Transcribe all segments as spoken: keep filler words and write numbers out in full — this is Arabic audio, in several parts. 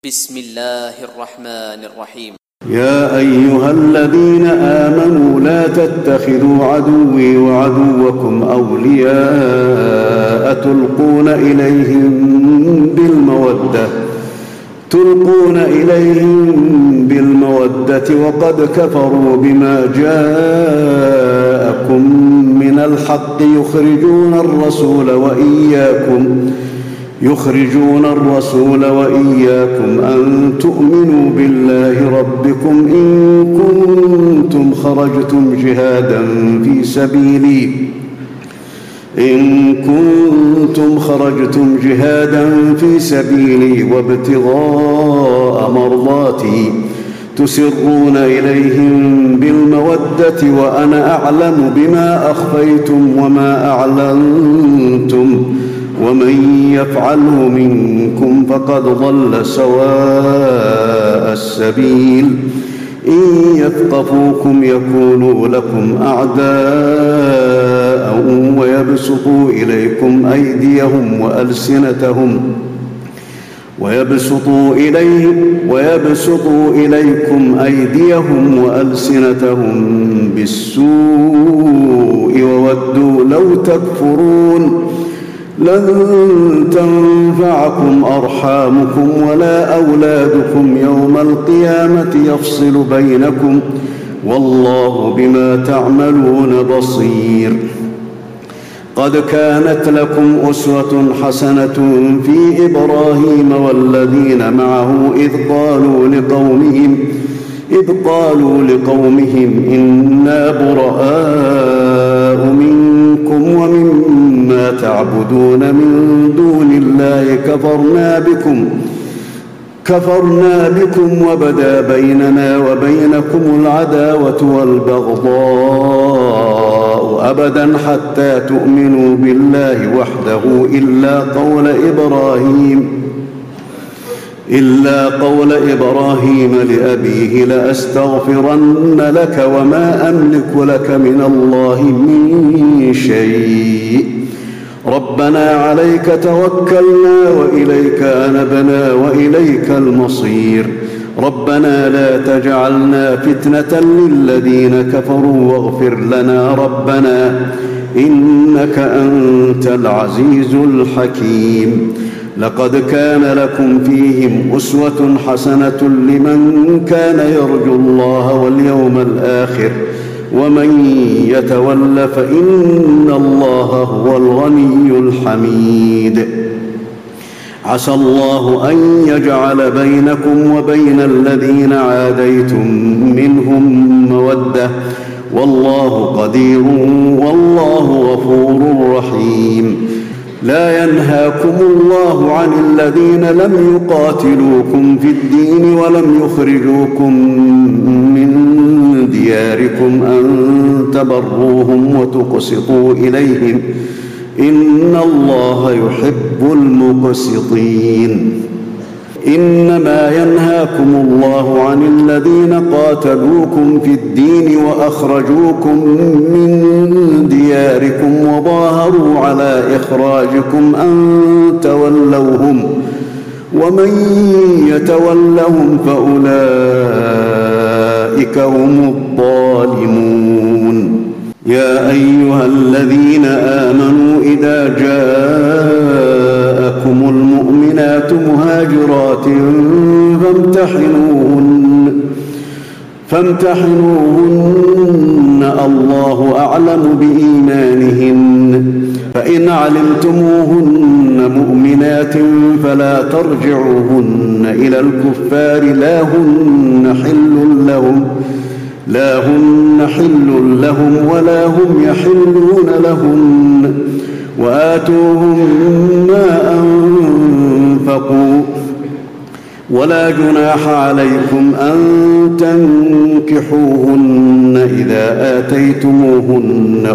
بسم الله الرحمن الرحيم. يا أيها الذين آمنوا لا تتخذوا عدوي وعدوكم أولياء تلقون إليهم بالمودة تلقون إليهم بالمودة وقد كفروا بما جاءكم من الحق يخرجون الرسول وإياكم يخرجون الرسول وإياكم أن تؤمنوا بالله ربكم إن كنتم خرجتم جهادا في سبيلي إن كنتم خرجتم جهادا في سبيلي وابتغاء مرضاتي تسرون إليهم بالمودة وأنا أعلم بما أخفيتم وما أعلنتم ومن يفعله منكم فقد ضل سواء السبيل إن يثقفوكم يكونوا لكم أعداء ويبسطوا إليكم أيديهم وألسنتهم ويبسطوا إليهم ويبسطوا إليكم أيديهم وألسنتهم بالسوء وودوا لو تكفرون لن تنفعكم أرحامكم ولا أولادكم يوم القيامة يفصل بينكم والله بما تعملون بصير. قد كانت لكم أسوة حسنة في إبراهيم والذين معه إذ قالوا لقومهم إذ قالوا لقومهم إنا براء منكم ومما تعبدون من دون الله كفرنا بكم كفرنا بكم وبدا بيننا وبينكم العداوة والبغضاء أبدا حتى تؤمنوا بالله وحده إلا قول إبراهيم إلا قول إبراهيم لأبيه لأستغفرن لك وما أملك لك من الله من شيء ربنا عليك توكلنا وإليك أنبنا وإليك المصير ربنا لا تجعلنا فتنة للذين كفروا واغفر لنا ربنا إنك أنت العزيز الحكيم. لقد كان لكم فيهم أسوة حسنة لمن كان يرجو الله واليوم الآخر ومن يتول فإن الله هو الغني الحميد. عسى الله أن يجعل بينكم وبين الذين عاديتم منهم مودة والله قدير والله غفور رحيم. لا ينهاكم الله عن الذين لم يقاتلوكم في الدين ولم يخرجوكم من دياركم أن تبروهم وتقسطوا إليهم إن الله يحب المقسطين. إنما ينهاكم الله عن الذين قاتلوكم في الدين وأخرجوكم من دياركم وظاهروا على إخراجكم أن تولوهم ومن يتولهم فأولئك هم الظالمون. يا أيها الذين آمنوا إذا جاءكم المؤمنات مهاجرات فامتحنوهن فامتحنوهن الله أعلم بإيمانهن فإن علمتموهن مؤمنات فلا ترجعوهن إلى الكفار لا هن حل لهم لا هن حل لهم ولا هم يحلون لهن وآتوهم ما أنفقوا ولا جناح عليكم أن تنكحوهن إذا آتيتموهن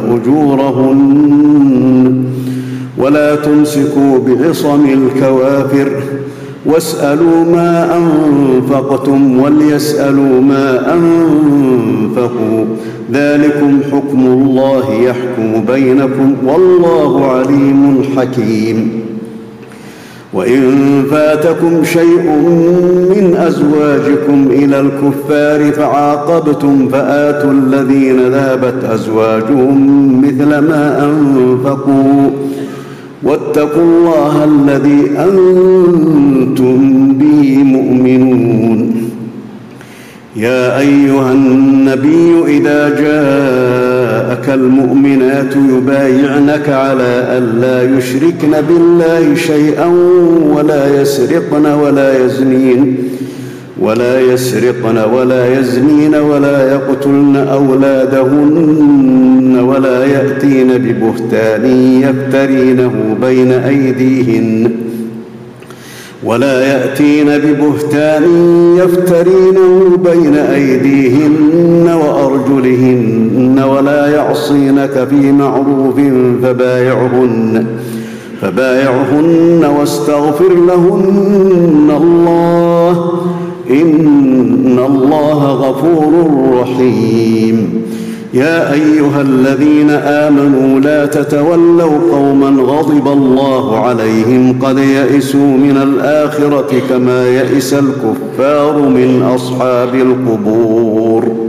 أجورهن ولا تمسكوا بعصم الكوافر واسألوا ما أنفقتم وليسألوا ما أنفقوا ذلكم حكم الله يحكم بينكم والله عليم حكيم. وإن فاتكم شيء من أزواجكم إلى الكفار فعاقبتم فآتوا الذين ذهبت أزواجهم مثل ما أنفقوا واتقوا الله الذي أنتم به مؤمنون. يا أيها النبي إذا جاءك المؤمنات يبايعنك على ألا يشركن بالله شيئا ولا يسرقن ولا يزنين ولا يسرقن ولا يزنين ولا يقتلن أولادهن ولا يأتين ببهتان يفترينه بين أيديهن ولا يأتين ببهتان يفترينه بين أيديهن وأرجلهن ولا يعصينك في معروف فبايعهن فبايعهن واستغفر لهن الله إن الله غفور رحيم. يا أيها الذين آمنوا لا تتولوا قوما غضب الله عليهم قد يئسوا من الآخرة كما يئس الكفار من أصحاب القبور.